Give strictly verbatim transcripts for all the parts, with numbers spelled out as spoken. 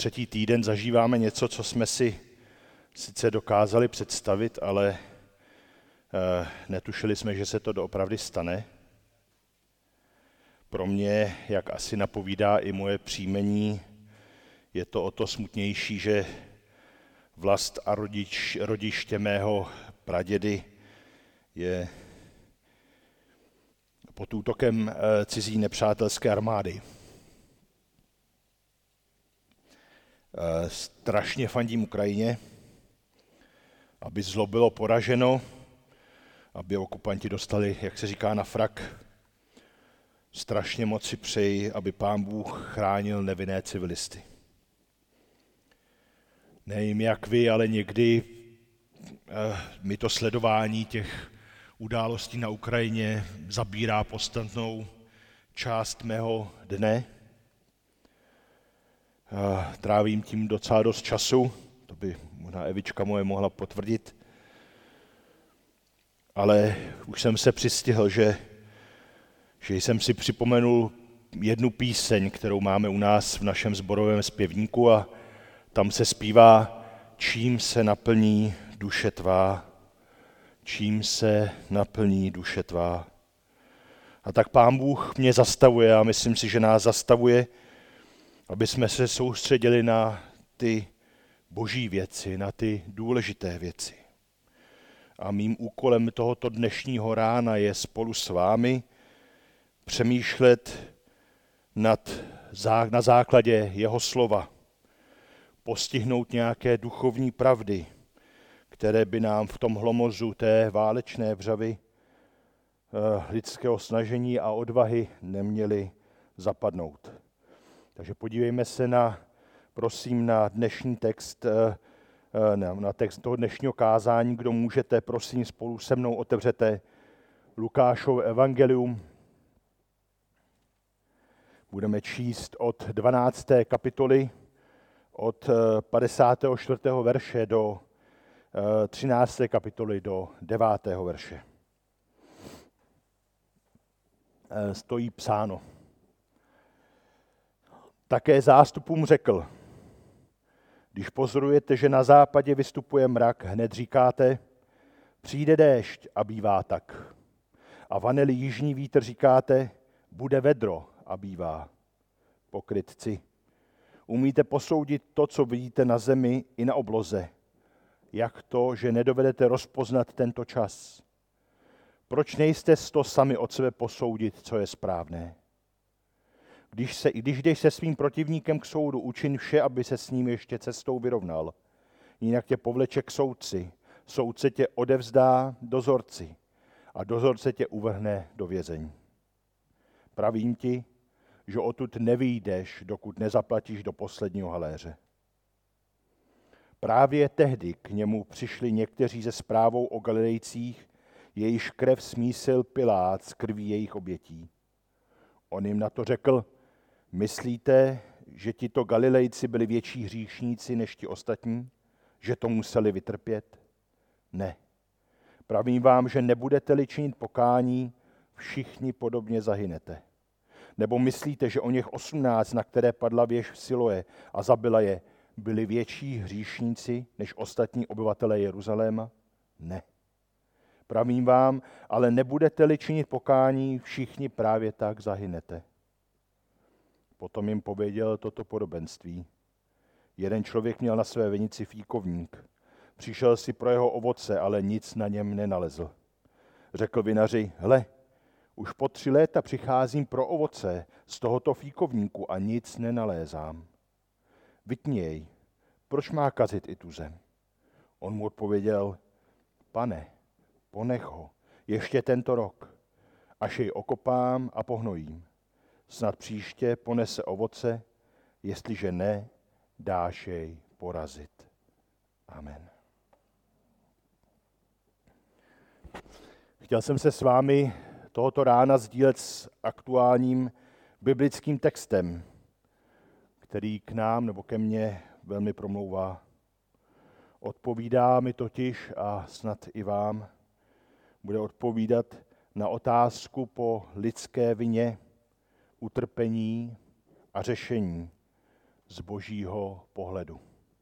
třetí týden zažíváme něco, co jsme si sice dokázali představit, ale eh, netušili jsme, že se to doopravdy stane. Pro mě, jak asi napovídá i moje příjmení, je to o to smutnější, že vlast a rodič, rodiště mého pradědy je pod útokem eh, cizí nepřátelské armády. Eh, strašně fandím Ukrajině, aby zlo bylo poraženo, aby okupanti dostali, jak se říká, na frak. Strašně moc si přeji, aby Pán Bůh chránil nevinné civilisty. Nevím jak vy, ale někdy eh, mi to sledování těch událostí na Ukrajině zabírá podstatnou část mého dne. Eh, trávím tím docela dost času, to by možná Evička moje mohla potvrdit. Ale už jsem se přistihl, že, že jsem si připomenul jednu píseň, kterou máme u nás v našem sborovém zpěvníku a tam se zpívá: čím se naplní duše tvá, čím se naplní duše tvá. A tak Pán Bůh mě zastavuje a myslím si, že nás zastavuje, aby jsme se soustředili na ty boží věci, na ty důležité věci. A mým úkolem tohoto dnešního rána je spolu s vámi přemýšlet nad, na základě jeho slova, postihnout nějaké duchovní pravdy, které by nám v tom hlomozu té válečné vřavy lidského snažení a odvahy neměly zapadnout. Takže podívejme se na, prosím, na dnešní text, na, na text toho dnešního kázání. Kdo můžete, prosím, spolu se mnou otevřete Lukášovo evangelium. Budeme číst od dvanácté kapitoly, od padesátého čtvrtého verše do třinácté kapitoly do devátého verše. Stojí psáno. Také zástupům řekl: když pozorujete, že na západě vystupuje mrak, hned říkáte: přijde déšť, a bývá tak. A vaneli jižní vítr říkáte: bude vedro, a bývá. Pokrytci, umíte posoudit to, co vidíte na zemi i na obloze. Jak to, že nedovedete rozpoznat tento čas? Proč nejste to sami od sebe posoudit, co je správné? Když, se, když jdeš se svým protivníkem k soudu, učin vše, aby se s ním ještě cestou vyrovnal. Jinak tě povleče k soudci, soudce tě odevzdá dozorci a dozorce tě uvrhne do vězení. Pravím ti, že odtud nevyjdeš, dokud nezaplatíš do posledního haléře. Právě tehdy k němu přišli někteří se zprávou o Galilejcích, jejíž krev smísil Pilát z krví jejich obětí. On jim na to řekl: myslíte, že tito Galilejci byli větší hříšníci než ti ostatní, že to museli vytrpět? Ne. Pravím vám, že nebudete-li činit pokání, všichni podobně zahynete. Nebo myslíte, že o něch osmnáct, na které padla věž v Siloé a zabila je, byli větší hříšníci než ostatní obyvatelé Jeruzaléma? Ne. Pravím vám, ale nebudete-li činit pokání, všichni právě tak zahynete. Potom jim pověděl toto podobenství. Jeden člověk měl na své vinici fíkovník. Přišel si pro jeho ovoce, ale nic na něm nenalezl. Řekl vinaři: hle, už po tři léta přicházím pro ovoce z tohoto fíkovníku a nic nenalézám. Vytni jej, proč má kazit i tu zem? On mu odpověděl: pane, ponech ho ještě tento rok, až jej okopám a pohnojím. Snad příště ponese ovoce, jestliže ne, dáš jej porazit. Amen. Chtěl jsem se s vámi tohoto rána sdílet s aktuálním biblickým textem, který k nám nebo ke mně velmi promlouvá. Odpovídá mi totiž, a snad i vám, bude odpovídat na otázku po lidské vině, utrpení a řešení z božího pohledu.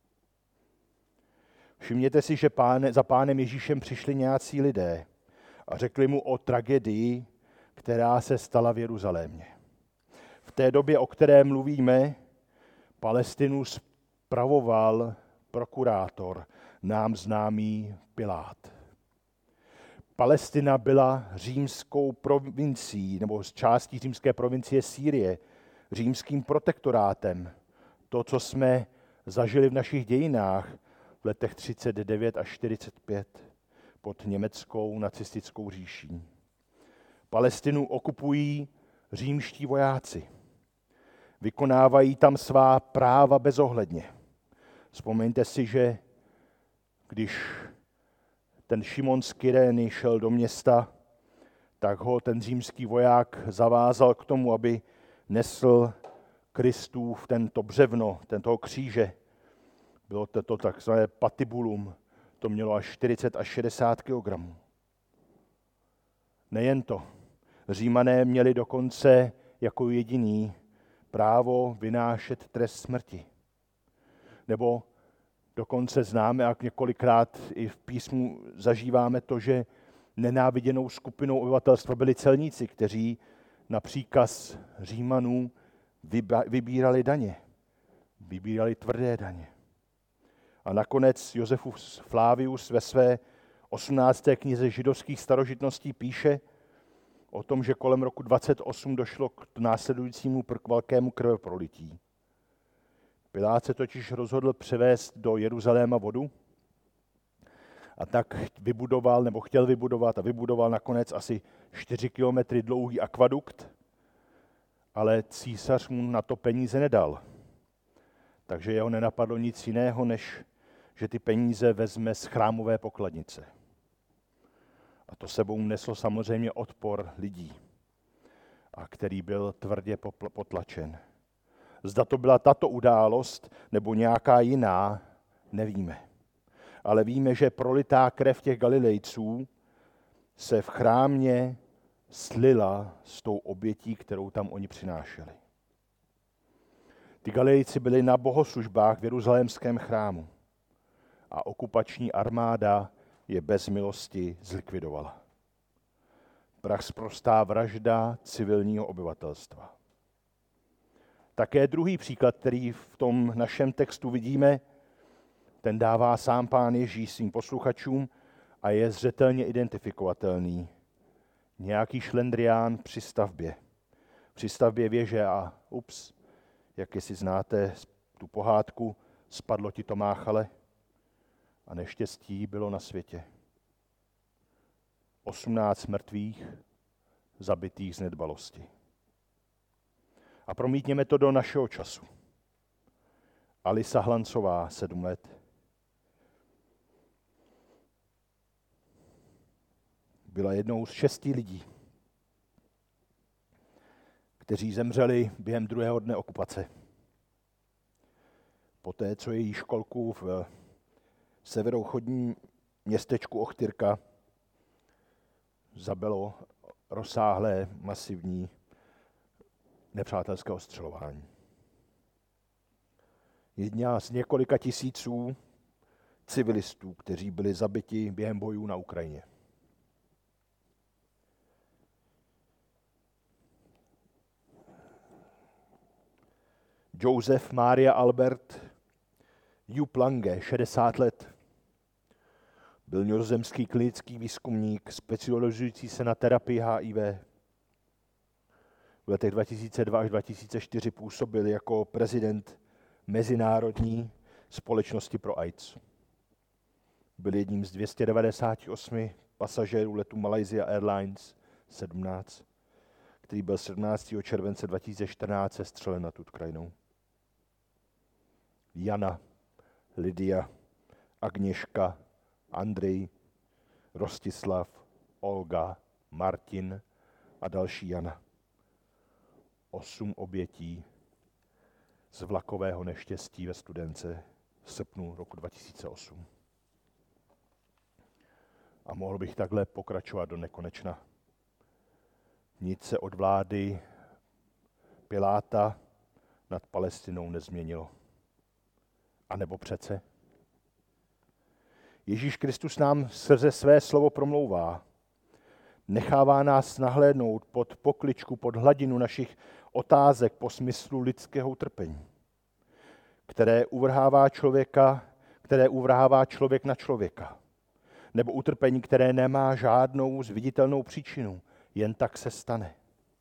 Všimněte si, že pán, za pánem Ježíšem přišli nějací lidé a řekli mu o tragédii, která se stala v Jeruzalémě. V té době, o které mluvíme, Palestinu spravoval prokurátor, nám známý Pilát. Palestina byla římskou provincií, nebo z částí římské provincie Sýrie, římským protektorátem. To, co jsme zažili v našich dějinách v letech třicet devět až čtyřicet pět pod německou nacistickou říší. Palestinu okupují římští vojáci. Vykonávají tam svá práva bezohledně. Vzpomeňte si, že když ten Šimon z Kyrény šel do města, tak ho ten římský voják zavázal k tomu, aby nesl Kristův tento břevno, tento kříže. Bylo to, to takzvané patibulum, to mělo až čtyřicet až šedesát kilogramů. Nejen to, Římané měli dokonce jako jediný právo vynášet trest smrti. Nebo dokonce známe, a několikrát i v písmu zažíváme to, že nenáviděnou skupinou obyvatelstva byli celníci, kteří na příkaz Římanů vybírali daně. Vybírali tvrdé daně. A nakonec Josefus Flavius ve své osmnácté knize židovských starožitností píše o tom, že kolem roku dvacet osm došlo k následujícímu k velkému krveprolití. Pilát se totiž rozhodl převést do Jeruzaléma vodu a tak vybudoval, nebo chtěl vybudovat a vybudoval nakonec asi čtyři kilometry dlouhý akvadukt, ale císař mu na to peníze nedal. Takže jeho nenapadlo nic jiného, než že ty peníze vezme z chrámové pokladnice. A to sebou neslo samozřejmě odpor lidí, a který byl tvrdě potlačen. Zda to byla tato událost nebo nějaká jiná, nevíme. Ale víme, že prolitá krev těch Galilejců se v chrámě slila s tou obětí, kterou tam oni přinášeli. Ty Galilejci byli na bohoslužbách v jeruzalémském chrámu a okupační armáda je bez milosti zlikvidovala. Prachsprostá vražda civilního obyvatelstva. Také druhý příklad, který v tom našem textu vidíme, ten dává sám Pán Ježíš svým posluchačům a je zřetelně identifikovatelný. Nějaký šlendrián při stavbě. Při stavbě věže a ups, jak jestli znáte tu pohádku, spadlo ti to máchale a neštěstí bylo na světě. Osmnáct mrtvých, zabitých z nedbalosti. A promítněme to do našeho času. Alisa Hlancová, sedm let. Byla jednou z šesti lidí, kteří zemřeli během druhého dne okupace. Poté, co její školku v severovýchodním městečku Ochtyrka zabilo rozsáhlé, masivní nepřátelské ostřelování. Jedna z několika tisíců civilistů, kteří byli zabiti během bojů na Ukrajině. Josef Maria Albert Jupp Lange, šedesát let. Byl nizozemský klinický výzkumník, specializující se na terapii H I V. V letech dva tisíce dva až dva tisíce čtyři působil jako prezident Mezinárodní společnosti pro AIDS. Byl jedním z dvě stě devadesát osm pasažérů letu Malaysia Airlines sedmnáct, který byl sedmnáctého července dva tisíce čtrnáct sestřelen nad Ukrajinou. Jana, Lidia, Agněška, Andrej, Rostislav, Olga, Martin a další Jana. Osm obětí z vlakového neštěstí ve Studence v srpnu roku dva tisíce osm. A mohl bych takhle pokračovat do nekonečna. Nic se od vlády Piláta nad Palestinou nezměnilo. A nebo přece? Ježíš Kristus nám skrze své slovo promlouvá. Nechává nás nahlédnout pod pokličku, pod hladinu našich otázek po smyslu lidského utrpení, které uvrhává člověka, které uvrhává člověk na člověka. Nebo utrpení, které nemá žádnou zviditelnou příčinu, jen tak se stane.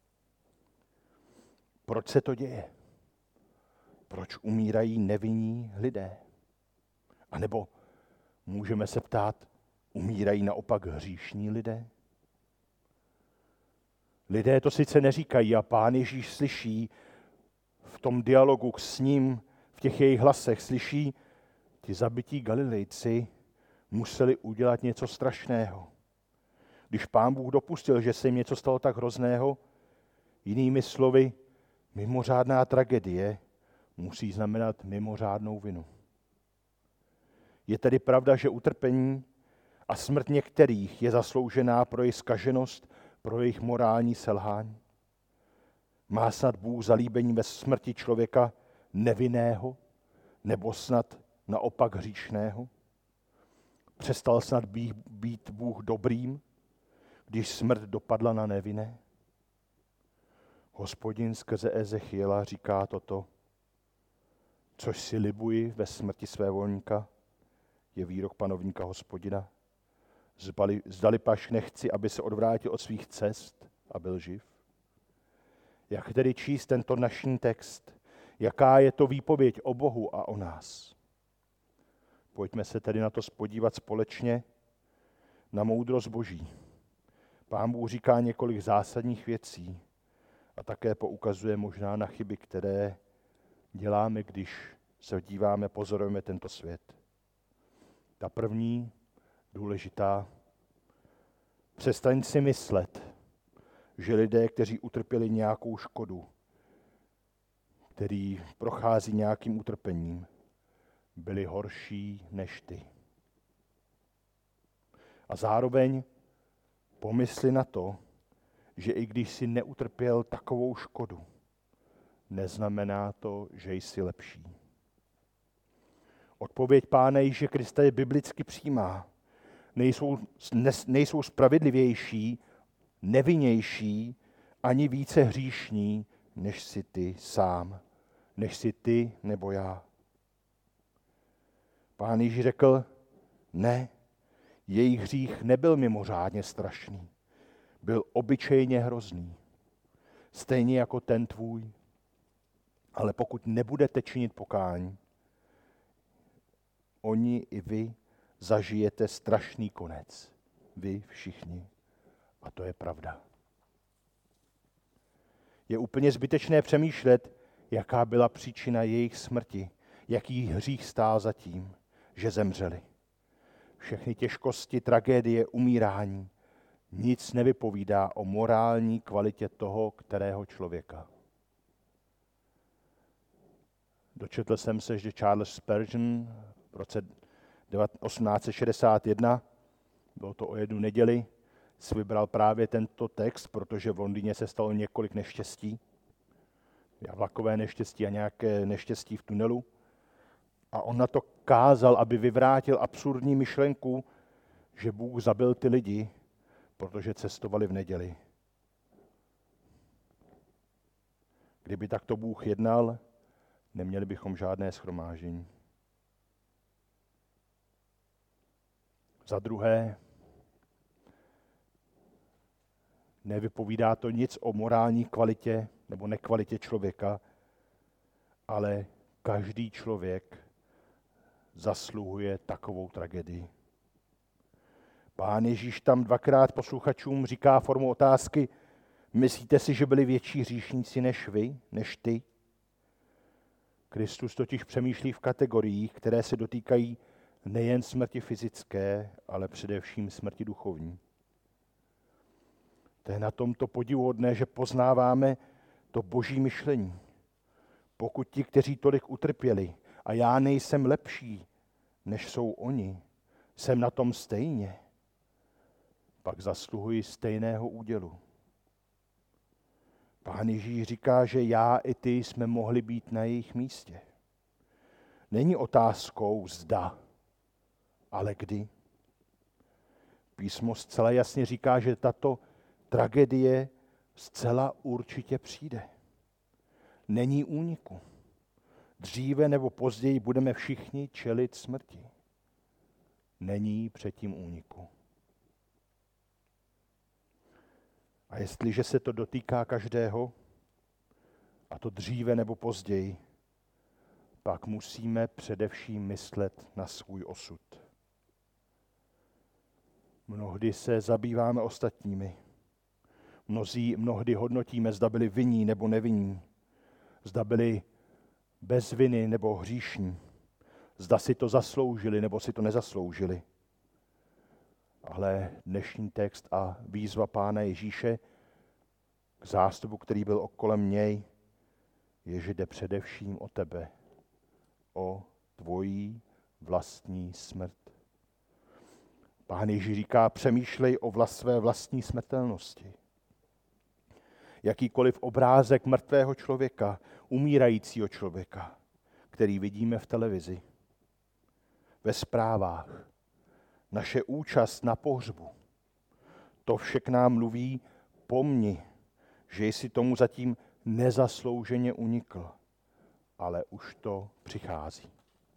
Proč se to děje? Proč umírají nevinní lidé? A nebo můžeme se ptát, umírají naopak hříšní lidé? Lidé to sice neříkají a Pán Ježíš slyší v tom dialogu s ním, v těch jejich hlasech, slyší, ti zabití Galilejci museli udělat něco strašného. Když Pán Bůh dopustil, že se jim něco stalo tak hrozného, jinými slovy, mimořádná tragédie musí znamenat mimořádnou vinu. Je tedy pravda, že utrpení a smrt některých je zasloužená pro jejich zkaženost, pro jejich morální selhání? Má snad Bůh zalíbení ve smrti člověka nevinného, nebo snad naopak hříšného? Přestal snad být Bůh dobrým, když smrt dopadla na nevinné? Hospodin skrze Ezechiela říká toto, což si libuji ve smrti své volníka, je výrok panovníka Hospodina. Zdali, zdali paš nechci, aby se odvrátil od svých cest a byl živ? Jak tedy číst tento dnešní text? Jaká je to výpověď o Bohu a o nás? Pojďme se tedy na to spodívat společně na moudrost Boží. Pán Bůh říká několik zásadních věcí a také poukazuje možná na chyby, které děláme, když se díváme, pozorujeme tento svět. Ta první, důležitá, přestaň si myslet, že lidé, kteří utrpěli nějakou škodu, který prochází nějakým utrpením, byli horší než ty. A zároveň pomysli na to, že i když jsi neutrpěl takovou škodu, neznamená to, že jsi lepší. Odpověď Pána Ježíše Krista je biblicky přímá. Nejsou, nejsou spravedlivější, nevinnější, ani více hříšní, než jsi ty sám, než jsi ty nebo já. Pán Ježíš řekl, ne, jejich hřích nebyl mimořádně strašný, byl obyčejně hrozný, stejně jako ten tvůj. Ale pokud nebudete činit pokání, oni i vy zažijete strašný konec. Vy všichni. A to je pravda. Je úplně zbytečné přemýšlet, jaká byla příčina jejich smrti, jaký hřích stál za tím, že zemřeli. Všechny těžkosti, tragédie, umírání, nic nevypovídá o morální kvalitě toho, kterého člověka. Dočetl jsem se, že Charles Spurgeon v roce osmnáct set šedesát jedna, bylo to o jednu neděli, si vybral právě tento text, protože v Londýně se stalo několik neštěstí, vlakové neštěstí a nějaké neštěstí v tunelu. A on na to kázal, aby vyvrátil absurdní myšlenku, že Bůh zabil ty lidi, protože cestovali v neděli. Kdyby takto Bůh jednal, neměli bychom žádné shromáždění. Za druhé, nevypovídá to nic o morální kvalitě nebo nekvalitě člověka, ale každý člověk zasluhuje takovou tragédii. Pán Ježíš tam dvakrát posluchačům říká formou otázky, myslíte si, že byli větší hříšníci než vy, než ty? Kristus totiž přemýšlí v kategoriích, které se dotýkají nejen smrti fyzické, ale především smrti duchovní. To je na tomto podivuhodné, že poznáváme to boží myšlení. Pokud ti, kteří tolik utrpěli, a já nejsem lepší, než jsou oni, jsem na tom stejně, pak zasluhuji stejného údělu. Pán Ježíš říká, že já i ty jsme mohli být na jejich místě. není otázkou zda, ale kdy. Písmo zcela jasně říká, že tato tragédie zcela určitě přijde. Není úniku. Dříve nebo později budeme všichni čelit smrti. Není předtím úniku. A jestliže se to dotýká každého, a to dříve nebo později, pak musíme především myslet na svůj osud. Mnohdy se zabýváme ostatními. Mnozí mnohdy hodnotíme, zda byli vinní nebo nevinní. Zda byli bez viny nebo hříšní. Zda si to zasloužili nebo si to nezasloužili. Ale dnešní text a výzva Pána Ježíše k zástupu, který byl okolem něj, je, že jde především o tebe, o tvojí vlastní smrt. Pán Ježíš říká, přemýšlej o vlast své vlastní smrtelnosti. Jakýkoliv obrázek mrtvého člověka, umírajícího člověka, který vidíme v televizi, ve zprávách, naše účast na pohřbu, to vše k nám mluví, pomni, že jsi tomu zatím nezaslouženě unikl, ale už to přichází.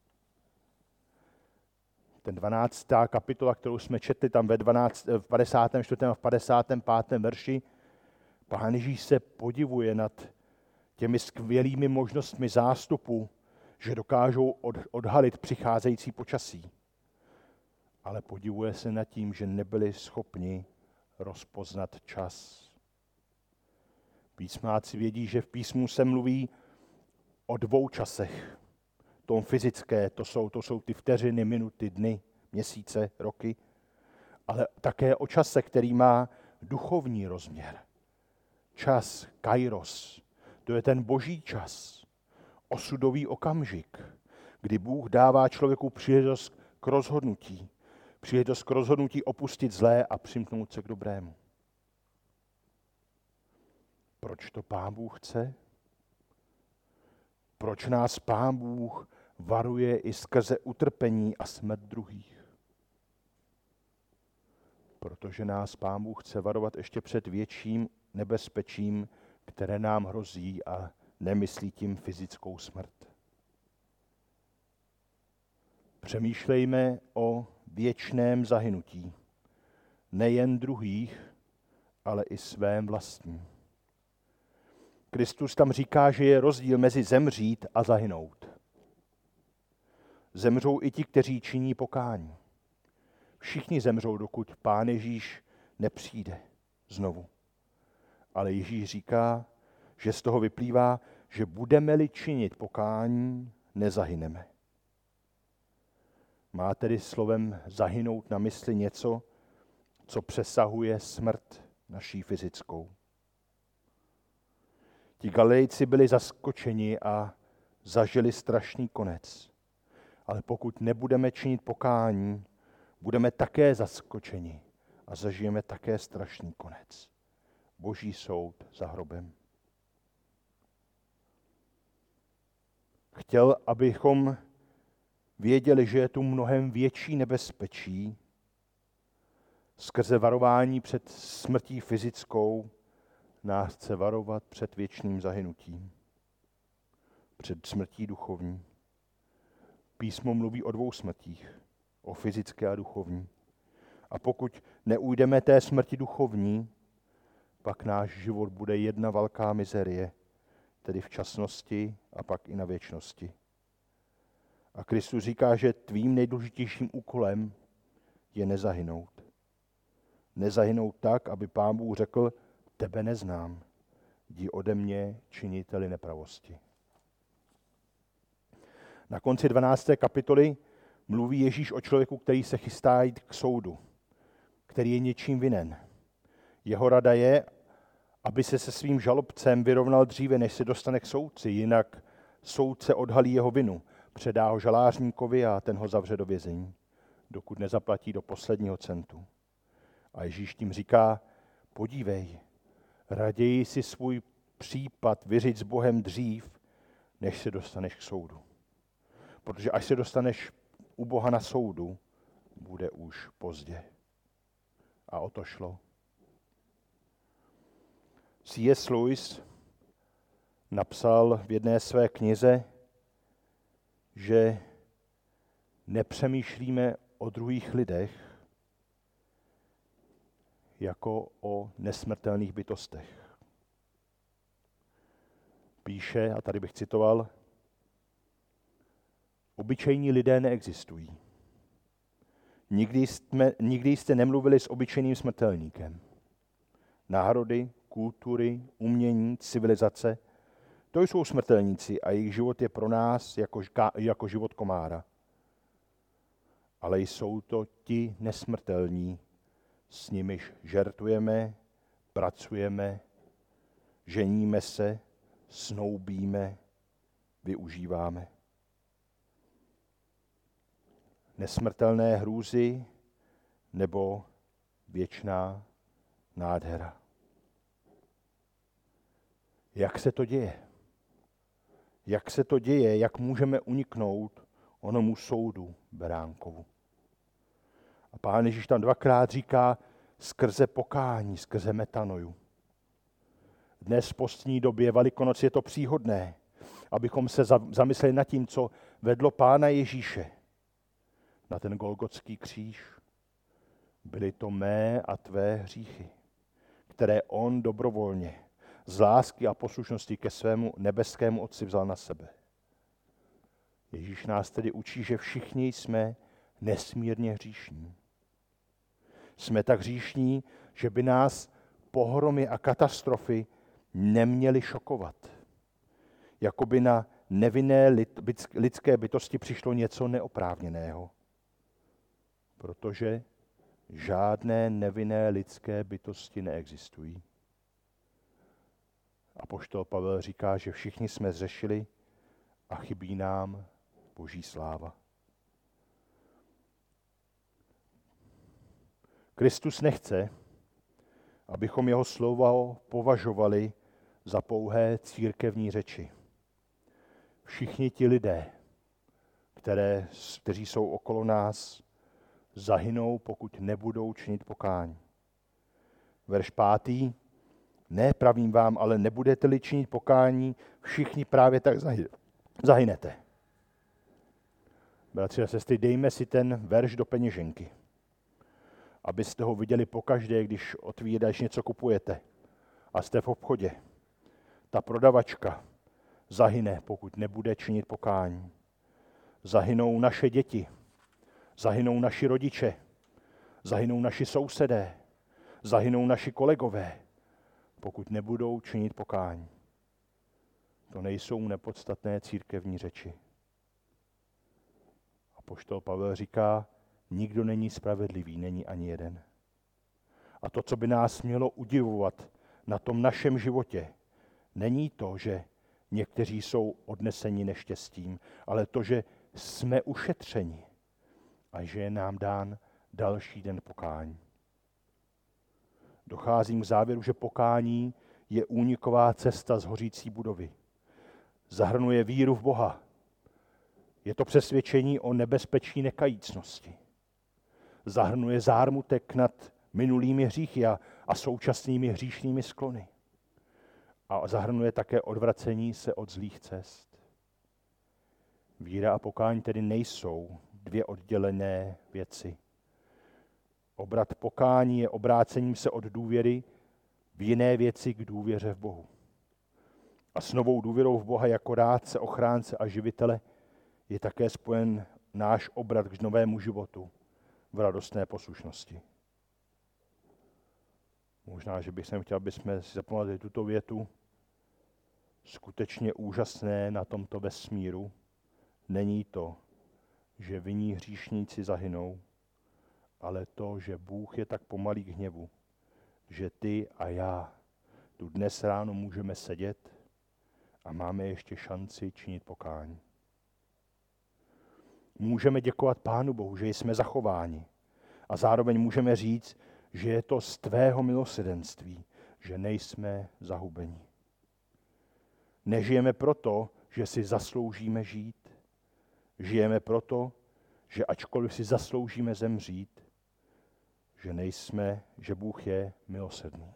Ten dvanáctá kapitola, kterou jsme četli tam ve dvanáctém, v padesátém čtvrtém a v padesátém pátém verši, Pán Ježíš se podivuje nad těmi skvělými možnostmi zástupu, že dokážou od, odhalit přicházející počasí. Ale podivuje se nad tím, že nebyli schopni rozpoznat čas. Písmáci vědí, že v písmu se mluví o dvou časech. Tom fyzické, to jsou, to jsou ty vteřiny, minuty, dny, měsíce, roky, ale také o čase, který má duchovní rozměr. Čas, kairos, to je ten boží čas, osudový okamžik, kdy Bůh dává člověku příležitost k rozhodnutí, příležitost k rozhodnutí opustit zlé a přimknout se k dobrému. Proč to Pán Bůh chce? Proč nás Pán Bůh varuje i skrze utrpení a smrt druhých? Protože nás Pán Bůh chce varovat ještě před větším nebezpečím, které nám hrozí a nemyslí tím fyzickou smrt. Přemýšlejme o věčném zahynutí, nejen druhých, ale i svém vlastním. Kristus tam říká, že je rozdíl mezi zemřít a zahynout. Zemřou i ti, kteří činí pokání. Všichni zemřou, dokud Pán Ježíš nepřijde znovu. Ale Ježíš říká, že z toho vyplývá, že budeme-li činit pokání, nezahyneme. Má tedy slovem zahynout na mysli něco, co přesahuje smrt naší fyzickou. Ti Galilejci byli zaskočeni a zažili strašný konec. Ale pokud nebudeme činit pokání, budeme také zaskočeni a zažijeme také strašný konec. Boží soud za hrobem. Chtěl, abychom věděli, že je tu mnohem větší nebezpečí skrze varování před smrtí fyzickou, nás chce varovat před věčným zahynutím, před smrtí duchovní. Písmo mluví o dvou smrtích, o fyzické a duchovní. A pokud neujdeme té smrti duchovní, pak náš život bude jedna velká mizerie, tedy v časnosti a pak i na věčnosti. A Kristus říká, že tvým nejdůležitějším úkolem je nezahynout. Nezahynout tak, aby Pán Bůh řekl, tebe neznám, jdi ode mě, činiteli nepravosti. Na konci dvanácté kapitoly mluví Ježíš o člověku, který se chystá jít k soudu, který je něčím vinen. Jeho rada je, aby se se svým žalobcem vyrovnal dříve, než se dostane k soudci, jinak soudce odhalí jeho vinu, předá ho žalářníkovi a ten ho zavře do vězení, dokud nezaplatí do posledního centu. A Ježíš tím říká, podívej, raději si svůj případ vyřiď s Bohem dřív, než se dostaneš k soudu. Protože až se dostaneš u Boha na soudu, bude už pozdě. A o to šlo. C S. Lewis napsal v jedné své knize, že nepřemýšlíme o druhých lidech jako o nesmrtelných bytostech. Píše, a tady bych citoval, obyčejní lidé neexistují. Nikdy, jsme, nikdy jste nemluvili s obyčejným smrtelníkem. Národy, kultury, umění, civilizace, to jsou smrtelníci a jejich život je pro nás jako, jako život komára. Ale jsou to ti nesmrtelní, s nimiž žertujeme, pracujeme, ženíme se, snoubíme, využíváme. Nesmrtelné hrůzy nebo věčná nádhera. Jak se to děje? Jak se to děje, jak můžeme uniknout onomu soudu beránkovu? A Pán Ježíš tam dvakrát říká skrze pokání, skrze metanoju. Dnes v postní době Velikonoc je to příhodné, abychom se zamysleli nad tím, co vedlo Pána Ježíše na ten Golgotský kříž. Byly to mé a tvé hříchy, které on dobrovolně z lásky a poslušnosti ke svému nebeskému Otci vzal na sebe. Ježíš nás tedy učí, že všichni jsme nesmírně hříšní. Jsme tak hříšní, že by nás pohromy a katastrofy neměly šokovat. Jakoby na nevinné lidské bytosti přišlo něco neoprávněného. Protože žádné nevinné lidské bytosti neexistují. Apoštol Pavel říká, že všichni jsme zřešili a chybí nám Boží sláva. Kristus nechce, abychom jeho slovo považovali za pouhé církevní řeči. Všichni ti lidé, které, kteří jsou okolo nás, zahynou, pokud nebudou činit pokání. Verš pátý. Ne, pravím vám, ale nebudete-li činit pokání, všichni právě tak zahynete. Bratři a sestry, dejme si ten verš do peněženky, abyste ho viděli pokaždé, když otvíráš něco kupujete a jste v obchodě. Ta prodavačka zahyne, pokud nebude činit pokání. Zahynou naše děti, zahynou naši rodiče, zahynou naši sousedé, zahynou naši kolegové, pokud nebudou činit pokání. To nejsou nepodstatné církevní řeči. Apoštol Pavel říká, nikdo není spravedlivý, není ani jeden. A to, co by nás mělo udivovat na tom našem životě, není to, že někteří jsou odneseni neštěstím, ale to, že jsme ušetřeni a že je nám dán další den pokání. Docházím k závěru, že pokání je úniková cesta z hořící budovy. Zahrnuje víru v Boha. Je to přesvědčení o nebezpečí nekajícnosti. Zahrnuje zármutek nad minulými hříchy a, a současnými hříšnými sklony. A zahrnuje také odvracení se od zlých cest. Víra a pokání tedy nejsou dvě oddělené věci. Obrat pokání je obrácením se od důvěry v jiné věci k důvěře v Bohu. A s novou důvěrou v Boha jako rádce, ochránce a živitele je také spojen náš obrat k novému životu v radostné poslušnosti. Možná, že bych sem chtěl, aby jsme si zapamatovali tuto větu. Skutečně úžasné na tomto vesmíru není to, že vinní hříšníci zahynou, ale to, že Bůh je tak pomalý k hněvu, že ty a já tu dnes ráno můžeme sedět a máme ještě šanci činit pokání. Můžeme děkovat Pánu Bohu, že jsme zachováni a zároveň můžeme říct, že je to z tvého milosrdenství, že nejsme zahubeni. Nežijeme proto, že si zasloužíme žít. Žijeme proto, že ačkoliv si zasloužíme zemřít, že nejsme, že Bůh je milosrdný.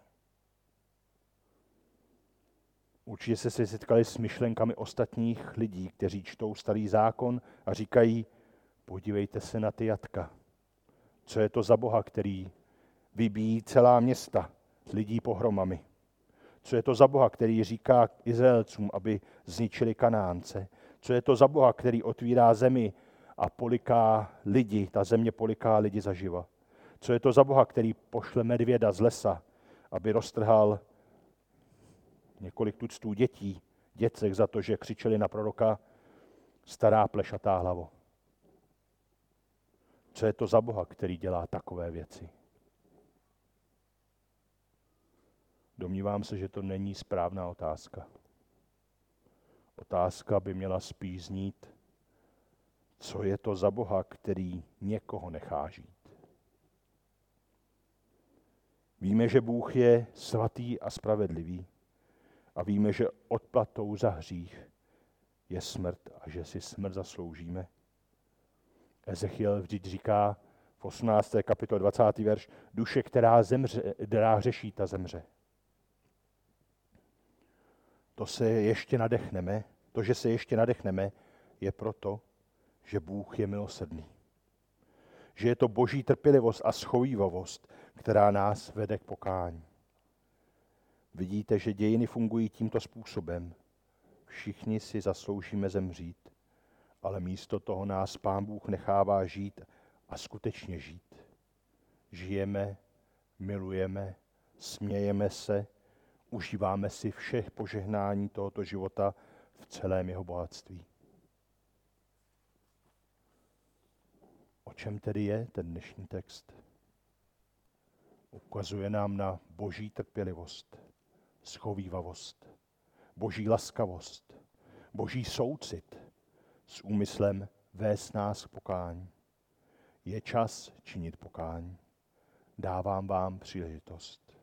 Určitě jste se setkali s myšlenkami ostatních lidí, kteří čtou Starý zákon a říkají, podívejte se na ty jatka. Co je to za Boha, který vybíjí celá města lidí pohromami? Co je to za Boha, který říká Izraelcům, aby zničili Kanánce? Co je to za Boha, který otvírá zemi a poliká lidi, ta země poliká lidi zaživa? Co je to za Boha, který pošle medvěda z lesa, aby roztrhal několik tuctů dětí, děcek za to, že křičeli na proroka stará plešatá hlavo? Co je to za Boha, který dělá takové věci? Domnívám se, že to není správná otázka. Otázka by měla spíš znít, co je to za Boha, který někoho nechá žít. Víme, že Bůh je svatý a spravedlivý a víme, že odplatou za hřích je smrt a že si smrt zasloužíme. Ezechiel vždyť říká v osmnácté kapitole dvacátý verš, duše, která, zemře, která hřeší, ta zemře. To se ještě nadechneme, to, že se ještě nadechneme, je proto, že Bůh je milosrdný. Že je to boží trpělivost a schovívavost, která nás vede k pokání. Vidíte, že dějiny fungují tímto způsobem. Všichni si zasloužíme zemřít, ale místo toho nás Pán Bůh nechává žít a skutečně žít. Žijeme, milujeme, smějeme se, užíváme si všech požehnání tohoto života v celém jeho bohatství. O čem tedy je ten dnešní text? Ukazuje nám na boží trpělivost, schovívavost, boží laskavost, boží soucit s úmyslem vést nás k pokání. Je čas činit pokání. Dávám vám příležitost.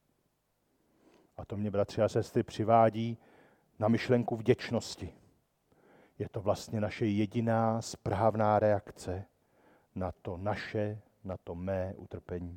A to mě, bratři a sestry, přivádí na myšlenku vděčnosti. Je to vlastně naše jediná správná reakce na to naše, na to mé utrpení.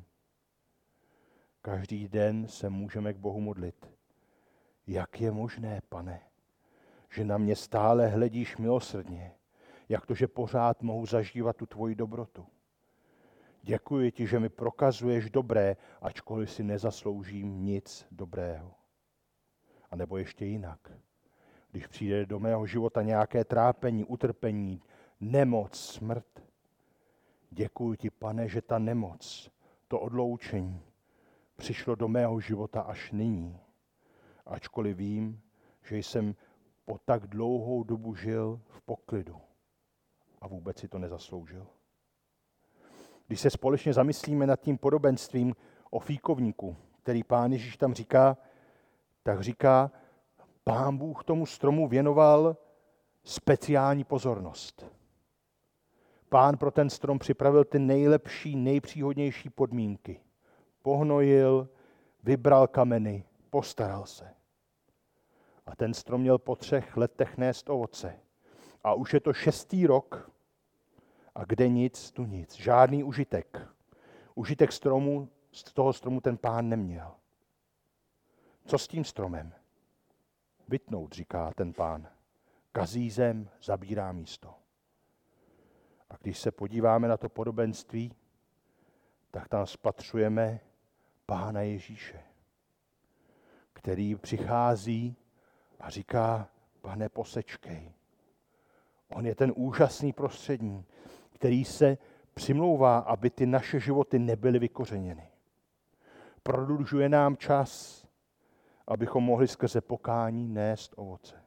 Každý den se můžeme k Bohu modlit. Jak je možné, Pane, že na mě stále hledíš milosrdně? Jak to, že pořád mohu zažívat tu tvoji dobrotu? Děkuji ti, že mi prokazuješ dobré, ačkoliv si nezasloužím nic dobrého. A nebo ještě jinak. Když přijde do mého života nějaké trápení, utrpení, nemoc, smrt, děkuji ti, Pane, že ta nemoc, to odloučení přišlo do mého života až nyní. Ačkoliv vím, že jsem po tak dlouhou dobu žil v poklidu a vůbec si to nezasloužil. Když se společně zamyslíme nad tím podobenstvím o fíkovníku, který Pán Ježíš tam říká, tak říká, Pán Bůh tomu stromu věnoval speciální pozornost. Pán pro ten strom připravil ty nejlepší, nejpříhodnější podmínky. Pohnojil, vybral kameny, postaral se. A ten strom měl po třech letech nést ovoce. A už je to šestý rok a kde nic, tu nic. Žádný užitek. Užitek stromu, z toho stromu ten Pán neměl. Co s tím stromem? Vytnout, říká ten Pán. Kazí zem, zabírá místo. A když se podíváme na to podobenství, tak tam spatřujeme Pána Ježíše, který přichází a říká, Pane, posečkej. On je ten úžasný prostředník, který se přimlouvá, aby ty naše životy nebyly vykořeněny. Prodlužuje nám čas, abychom mohli skrze pokání nést ovoce.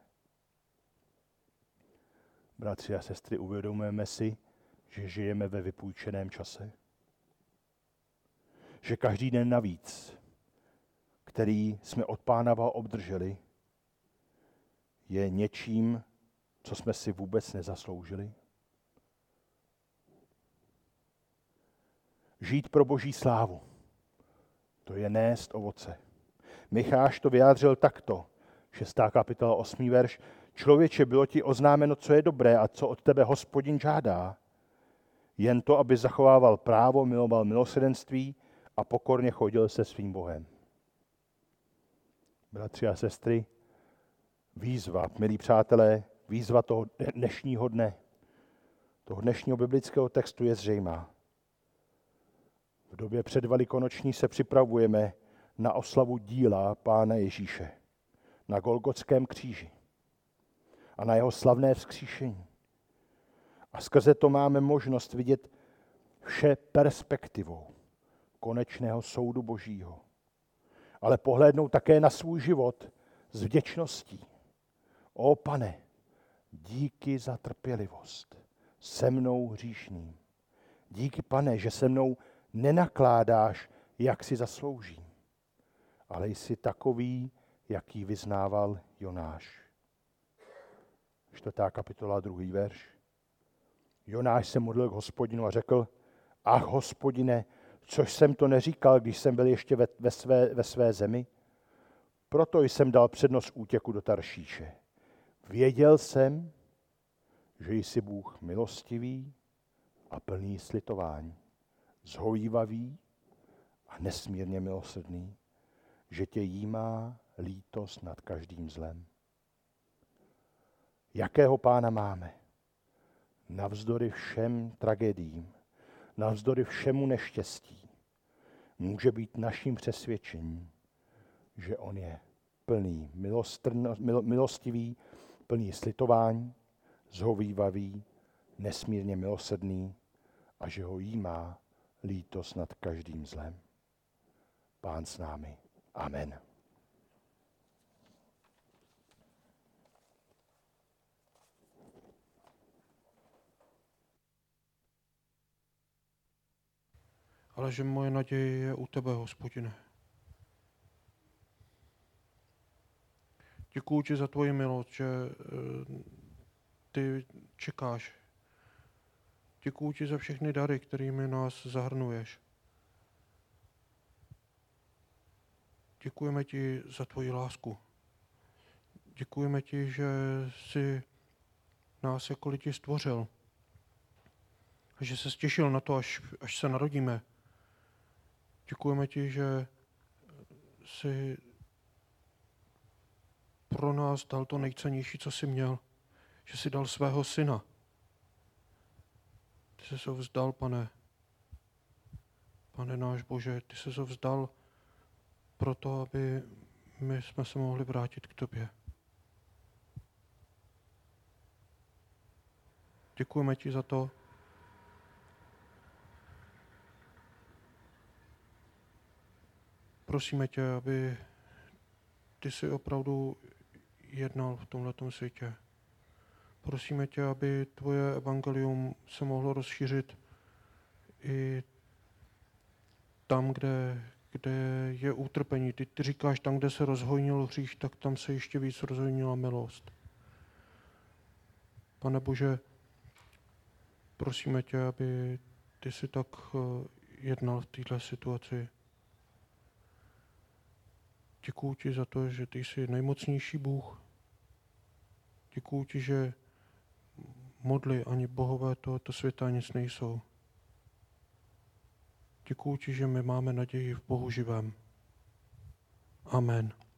Bratři a sestry, uvědomujeme si, že žijeme ve vypůjčeném čase. Že každý den navíc, který jsme od Pána Boha obdrželi, je něčím, co jsme si vůbec nezasloužili. Žít pro Boží slávu, to je nést ovoce. Micháš to vyjádřil takto, šestá kapitola, osmý verš, Člověče, bylo ti oznámeno, co je dobré a co od tebe Hospodin žádá. Jen to, aby zachovával právo, miloval milosrdenství a pokorně chodil se svým Bohem. Bratři a sestry, výzva, milí přátelé, výzva toho dnešního dne, toho dnešního biblického textu je zřejmá. V době předvelikonoční se připravujeme na oslavu díla Pána Ježíše na Golgotském kříži a na jeho slavné vzkříšení. A skrze to máme možnost vidět vše perspektivou konečného soudu Božího. Ale pohlédnout také na svůj život s vděčností. Ó Pane, díky za trpělivost se mnou hříšným. Díky, Pane, že se mnou nenakládáš, jak si zasloužím, ale jsi takový, jaký vyznával Jonáš. Čtvrtá kapitola, druhý verš. Jonáš se modlil k Hospodinu a řekl, ach, Hospodine, což jsem to neříkal, když jsem byl ještě ve, ve, své, ve své zemi? Proto jsem dal přednost útěku do Taršíše. Věděl jsem, že jsi Bůh milostivý a plný slitování, zhovívavý a nesmírně milosrdný, že tě jímá lítost nad každým zlem. Jakého Pána máme? Navzdory všem tragédiím, navzdory všemu neštěstí, může být naším přesvědčením, že on je plný milostivý, plný slitování, zhovívavý, nesmírně milosrdný a že ho jímá lítost nad každým zlem. Pán s námi. Amen. Ale že moje naděje je u tebe, Hospodine. Děkuju ti za tvoji milost, že ty čekáš. Děkuju ti za všechny dary, kterými nás zahrnuješ. Děkujeme ti za tvoji lásku. Děkujeme ti, že jsi nás jako lidi stvořil. A že se těšil na to, až, až se narodíme. Děkujeme ti, že jsi pro nás dal to nejcennější, co jsi měl. Že jsi dal svého syna. Ty jsi se ho vzdal, pane. Pane náš Bože, ty jsi se ho vzdal proto, aby my jsme se mohli vrátit k tobě. Děkujeme ti za to. Prosíme tě, aby ty jsi opravdu jednal v tomhletom světě. Prosíme tě, aby tvoje evangelium se mohlo rozšířit i tam, kde, kde je utrpení. Ty, ty říkáš, tam, kde se rozhojnil hřích, tak tam se ještě víc rozhojnila milost. Pane Bože, prosíme tě, aby ty jsi tak jednal v této situaci. Děkuju ti za to, že ty jsi nejmocnější Bůh. Děkuju ti, že modly ani bohové tohoto světa nic nejsou. Děkuju ti, že my máme naději v Bohu živém. Amen.